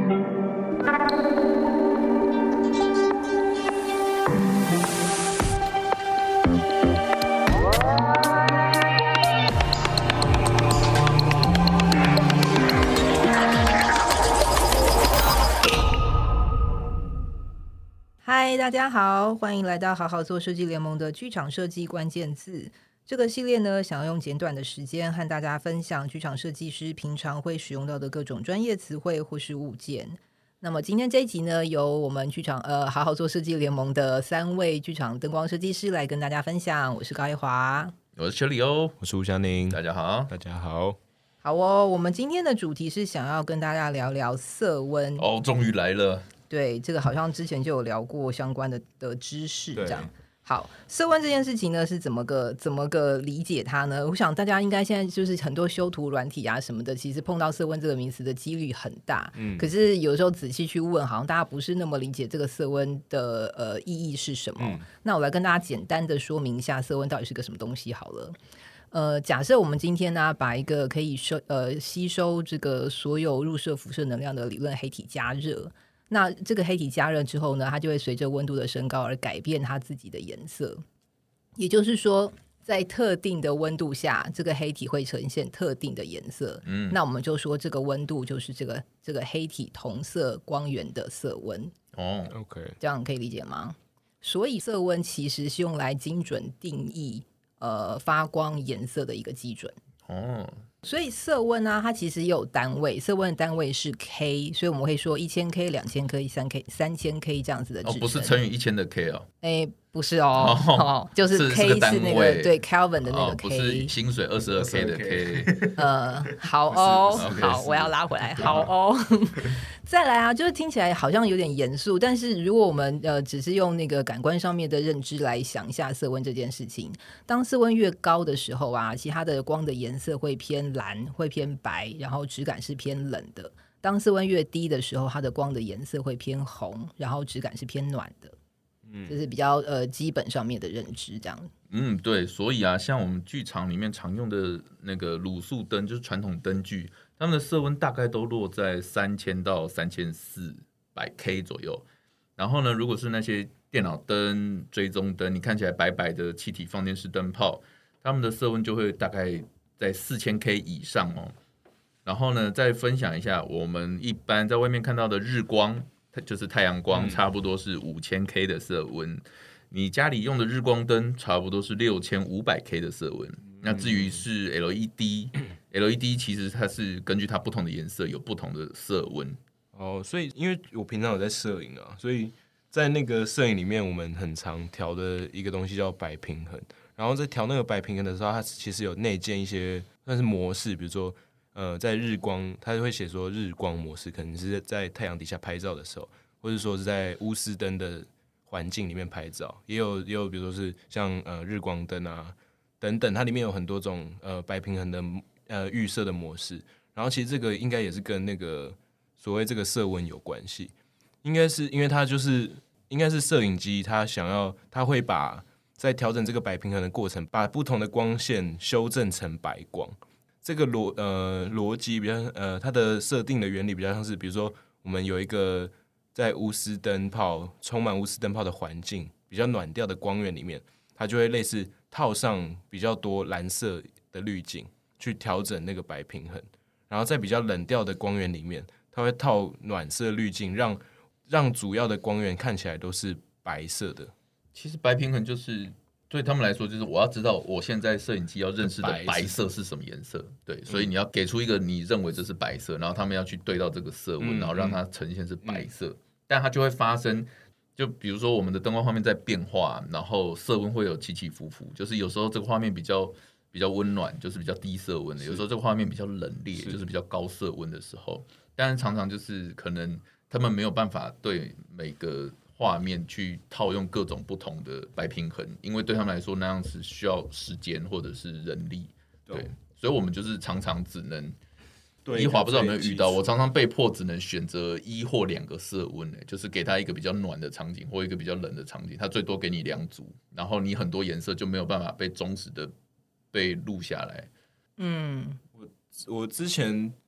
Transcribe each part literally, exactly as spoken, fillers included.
嗨，大家好，欢迎来到好好做设计联盟的剧场设计关键字。这个系列呢，想要用简短的时间和大家分享剧场设计师平常会使用到的各种专业词汇或是物件。那么今天这一集呢，由我们剧场呃好好做设计联盟的三位剧场灯光设计师来跟大家分享。我是高一华， 我是邱里欧， 我是吴祥宁。 大家好， 大家好。 好哦，我们今天的主题是想要跟大家聊聊色温。 哦，终于来了。 对，这个好像之前就有聊过相关 的, 的知识，这样。好，色温这件事情呢，是怎么个怎么个理解它呢？我想大家应该现在就是很多修图软体啊什么的，其实碰到色温这个名词的几率很大。嗯，可是有时候仔细去问，好像大家不是那么理解这个色温的呃意义是什么。嗯，那我来跟大家简单的说明一下色温到底是个什么东西好了。呃，假设我们今天呢，把一个可以收呃吸收这个所有入射辐射能量的理论黑体加热。那这个黑体加热之后呢，它就会随着温度的升高而改变它自己的颜色。也就是说，在特定的温度下，这个黑体会呈现特定的颜色。嗯，那我们就说这个温度就是这个这个黑体同色光源的色温。 哦 ，OK， 这样可以理解吗？所以色温其实是用来精准定义呃发光颜色的一个基准。 哦。 所以色温啊，它其实也有单位，色温的单位是 K， 所以我们会说一千 K、两千 K、三 K、三千 K 这样子的制成。 哦，不是乘以一千的 K 哦。 哎，不是哦，哦哦就是 K 是, 是那个对 Kelvin 的那个 K，、哦、 不是薪水二十二 K 的 K。 呃，好哦，好，我要拉回来，好哦。再来啊，就是听起来好像有点严肃，但是如果我们呃只是用那个感官上面的认知来想一下色温这件事情，当色温越高的时候啊，其他的光的颜色会偏蓝，会偏白，然后质感是偏冷的。当色温越低的时候，它的光的颜色会偏红，然后质感是偏暖的。嗯，这是比较呃基本上面的认知，这样。 嗯，对，所以啊，像我们剧场里面常用的那个卤素灯，就是传统灯具。他们的色温大概都落在三千到三千四百 K 左右，然后呢，如果是那些电脑灯、追踪灯，你看起来白白的气体放电式灯泡，他们的色温就会大概在四千 K 以上哦。然后呢，再分享一下，我们一般在外面看到的日光，就是太阳光，差不多是五千 K 的色温。你家里用的日光灯差不多是六千五百 K 的色温。那至于是 L E D，L E D 其实它是根据它不同的颜色有不同的色温。 哦，所以因为我平常有在摄影啊，所以在那个摄影里面，我们很常调的一个东西叫白平衡。然后在调那个白平衡的时候，它其实有内建一些算是模式，比如说呃，在日光，它会写说日光模式，可能是在太阳底下拍照的时候，或者说是在钨丝灯的环境里面拍照，也有也有比如说是像呃日光灯啊。等等，它里面有很多种呃白平衡的呃预设的模式，然后其实这个应该也是跟那个所谓这个色温有关系，应该是因为它就是应该是摄影机它想要它会把在调整这个白平衡的过程，把不同的光线修正成白光，这个逻呃逻辑比较呃它的设定的原理比较像是，比如说我们有一个在钨丝灯泡充满钨丝灯泡的环境比较暖调的光源里面，它就会类似套上比较多蓝色的滤镜去调整那个白平衡，然后在比较冷调的光源里面，它会套暖色滤镜，让让主要的光源看起来都是白色的。 其实白平衡就是对他们来说，就是我要知道我现在摄影机要认识的白色是什么颜色，对，所以你要给出一个你认为这是白色，然后他们要去对到这个色温，嗯、然后让它呈现是白色，嗯、但它就会发生。就比如说我们的灯光画面在变化，然后色温会有起起伏伏，就是有时候这个画面比较比较温暖，就是比较低色温的；有时候这个画面比较冷冽，就是比较高色温的时候。但是常常就是可能他们没有办法对每个画面去套用各种不同的白平衡，因为对他们来说那样是需要时间或者是人力，对，所以我们就是常常只能。一华不知道有没有遇到，我常常被迫只能选择一或两个色温，就是给他一个比较暖的场景或一个比较冷的场景，他最多给你两组，然后你很多颜色就没有办法被忠实的被录下来。 嗯，我我之前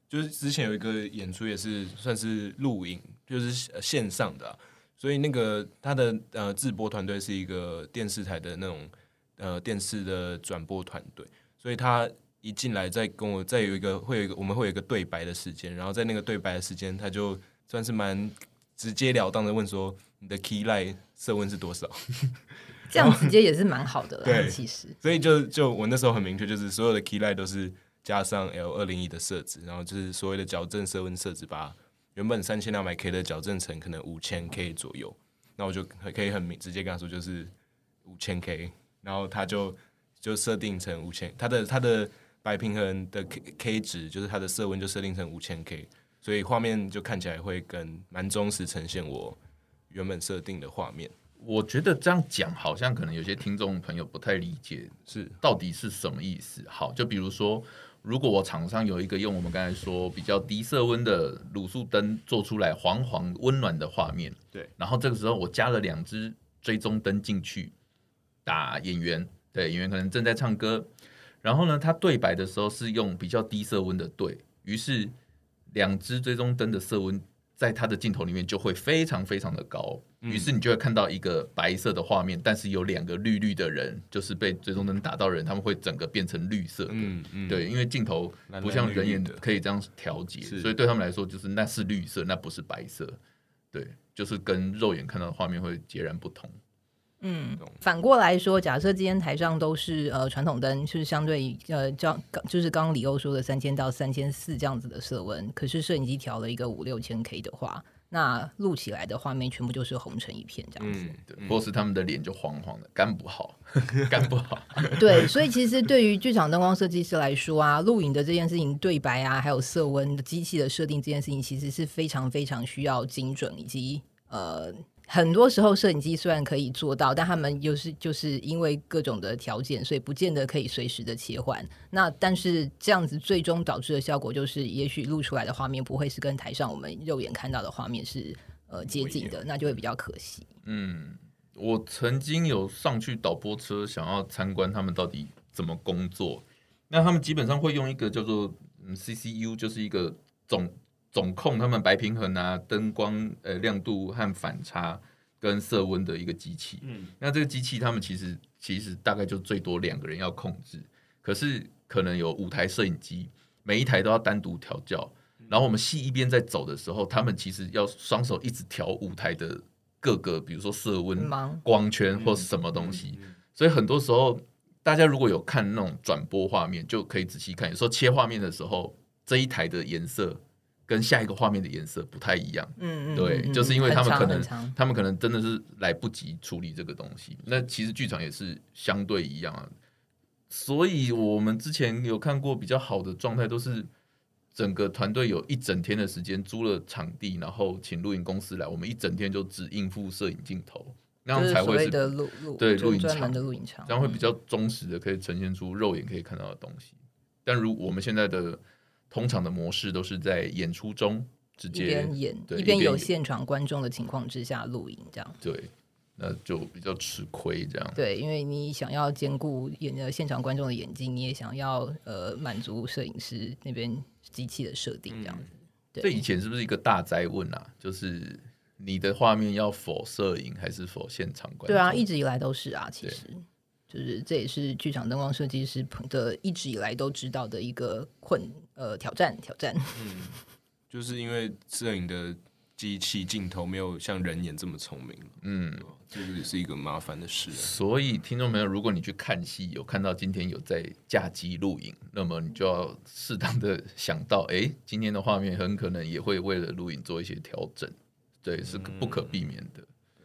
就是之前有一个演出也是算是录影，就是线上的、啊，所以那个他的呃制播团队是一个电视台的那种呃电视的转播团队，所以他一进来再跟我再有一个会有一个我们会有一个对白的时间，然后在那个对白的时间，他就算是蛮直截了当的问说你的 key line 色温是多少。 这样直接也是蛮好的啦， 对， 其实， 所以就就我那时候很明确，就是所有的 key line 都是加上 L 二零一的设置，然后就是所谓的矫正色温设置，把原本三千两百 K 的矫正成可能五千 K 左右，那我就可以很明直接跟他说就是五千 K， 然后他就就设定成五千，他的他的白平衡的 K, K 值就是它的色温就设定成五千 K， 所以画面就看起来会更蛮忠实呈现我原本设定的画面。 我觉得这样讲好像可能有些听众朋友不太理解是到底是什么意思。好，就比如说如果我厂商有一个用我们刚才说比较低色温的卤素灯做出来黄黄温暖的画面， 对， 然后这个时候我加了两只追踪灯进去打演员，对，演员可能正在唱歌，然后呢他对白的时候是用比较低色温的对，于是两只追踪灯的色温在他的镜头里面就会非常非常的高，于是你就会看到一个白色的画面，但是有两个绿绿的人，就是被追踪灯打到的人，他们会整个变成绿色的。嗯嗯、对，因为镜头不像人眼可以这样调节，所以对他们来说，就是那是绿色，那不是白色。对，就是跟肉眼看到的画面会截然不同。 嗯，反过来说，假设今天台上都是呃传统灯，就是相对呃，就是刚刚李欧说的三千到三千四这样子的色温，可是摄影机调了一个五六千 K 的话，那录起来的画面全部就是红成一片这样子，嗯、 对，或是他们的脸就黄黄的，肝不好，肝不好。 对，所以其实对于剧场灯光设计师来说啊，录影的这件事情，对白啊，还有色温的机器的设定这件事情，其实是非常非常需要精准以及呃。很多时候摄影机虽然可以做到，但他们又是就是因为各种的条件，所以不见得可以随时的切换。那但是这样子最终导致的效果就是，也许录出来的画面不会是跟台上我们肉眼看到的画面是呃接近的，那就会比较可惜。 嗯，我曾经有上去导播车，想要参观他们到底怎么工作。那他们基本上会用一个叫做 C C U， 就是一个总。总控他们白平衡啊、灯光、呃、亮度和反差跟色温的一个机器。嗯，那这个机器他们其实其实大概就最多两个人要控制，可是可能有五台摄影机，每一台都要单独调校。然后我们戏一边在走的时候，他们其实要双手一直调舞台的各个，比如说色温、光圈或是什么东西。所以很多时候，大家如果有看那种转播画面，就可以仔细看。有时候切画面的时候，这一台的颜色跟下一个画面的颜色不太一样，嗯嗯，对，嗯、就是因为他们可能他们可能真的是来不及处理这个东西。那其实剧场也是相对一样啊，所以我们之前有看过比较好的状态，都是整个团队有一整天的时间租了场地，然后请录影公司来，我们一整天就只应付摄影镜头，那样才会是的录录对录影场的录影场， 这样会比较忠实的可以呈现出肉眼可以看到的东西。但如我们现在的通常的模式都是在演出中直接一边演一边有现场观众的情况之下录影，这样对，那就比较吃亏这样。 对，因为你想要兼顾演现场观众的眼睛，你也想要呃满足摄影师那边机器的设定这样子。 嗯、这以前是不是一个大哉问啊？就是你的画面要否摄影还是否现场观众？ 对啊，一直以来都是啊，其实。就是这也是剧场灯光设计师的一直以来都知道的一个困呃挑战挑战。 嗯，就是因为摄影的机器镜头没有像人眼这么聪明，嗯，这个也是一个麻烦的事、啊。 所以听众朋友，如果你去看戏，有看到今天有在架机录影，那么你就要适当的想到，哎、欸，今天的画面很可能也会为了录影做一些调整，对，是不可避免的。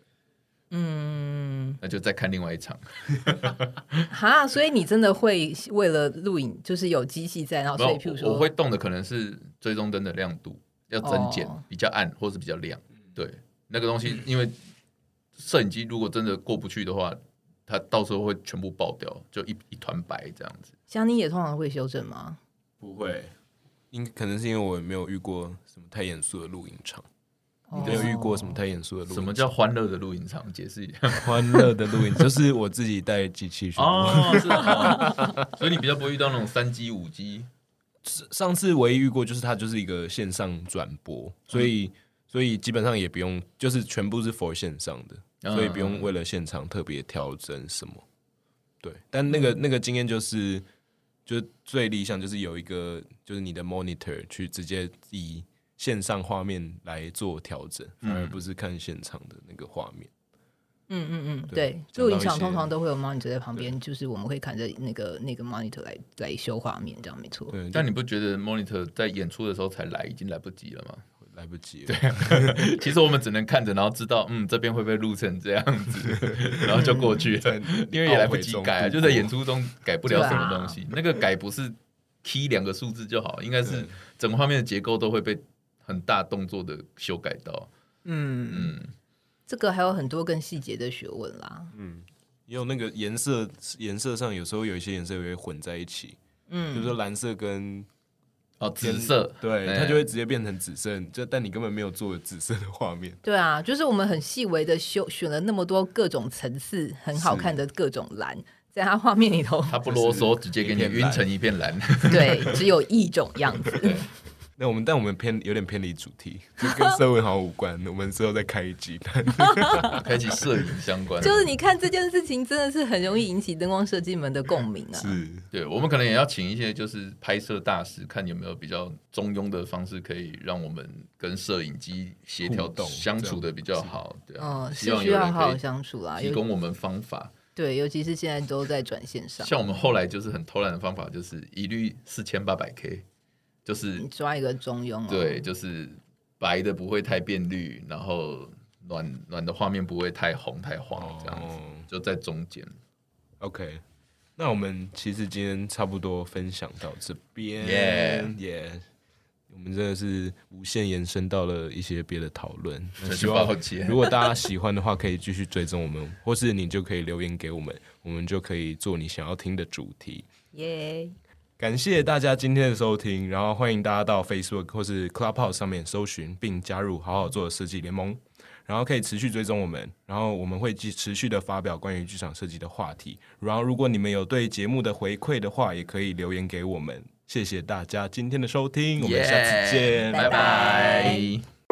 嗯，那就再看另外一场。 哈，所以你真的会为了录影，就是有机器在，然后所以譬如说， 我会动的可能是追踪灯的亮度要增减，哦、比较暗或是比较亮。对，那个东西，因为摄影机如果真的过不去的话，它到时候会全部爆掉，就一一团白这样子。 像你也通常会修正吗？ 不会，因可能是因为我没有遇过什么太严肃的录影场。你没有遇过什么太严肃的录影场？ 什么叫欢乐的录影场？解释一下。 欢乐的录影就是我自己带机器去。 哦，是啊。所以你比较不会遇到那种三 G、五 G。 上次唯一遇过就是它就是一个线上转播，所以、嗯、所以基本上也不用，就是全部是 for 线上的，嗯、所以不用为了现场特别调整什么。对，但那个、嗯、那个经验就是，就是最理想就是有一个就是你的 monitor 去直接以线上画面来做调整，反而不是看现场的那个画面。 嗯嗯嗯，对，录影场通常都会有 monitor 在旁边，就是我们会看着那个那个 monitor 来来修画面，这样没错。 对，但你不觉得 monitor 在演出的时候才来，已经来不及了吗？ 来不及了。 对，其实我们只能看着，然后知道，嗯，这边会不会录成这样子，然后就过去了，因为也来不及改啊，就在演出中改不了什么东西。啊、那个改不是 key 两个数字就好，应该是整个画面的结构都会被很大动作的修改到。嗯嗯。这个还有很多更细节的学问啦， 嗯，也有那个颜色，颜色上有时候有一些颜色也会混在一起，嗯，比如说蓝色跟哦紫色， 对，它就会直接变成紫色，就但你根本没有做紫色的画面。 对啊，就是我们很细微的修选了那么多各种层次很好看的各种蓝，在它画面里头， 它不啰嗦，直接给你晕成一片蓝。 对，只有一种样子。 那我们但我们偏有点偏离主题，就跟色温好像无关。我们之后再开一集， 开一集摄影相关的。 就是你看这件事情，真的是很容易引起灯光设计们的共鸣啊。 是， 对，我们可能也要请一些就是拍摄大师，看有没有比较中庸的方式，可以让我们跟摄影机协调相处的比较好。对啊， 嗯，是需要好好相处啦， 提供我们方法。 对，尤其是现在都在转线上。 像我们后来就是很偷懒的方法，就是一律四千八百 K。就是你抓一个中庸、哦， 对，就是白的不会太变绿，然后暖暖的画面不会太红太黄，这样子、哦、就在中间。 OK， 那我们其实今天差不多分享到这边， 耶、 yeah, yeah, 我们真的是无限延伸到了一些别的讨论。 希望如果大家喜欢的话，可以继续追踪我们，或是你就可以留言给我们，我们就可以做你想要听的主题。 耶、yeah. 感谢大家今天的收听，然后欢迎大家到 Facebook 或是 Clubhouse 上面搜寻并加入好好做的设计联盟，然后可以持续追踪我们，然后我们会持续的发表关于剧场设计的话题，然后如果你们有对节目的回馈的话，也可以留言给我们。谢谢大家今天的收听，我们下次见， yeah, 拜拜。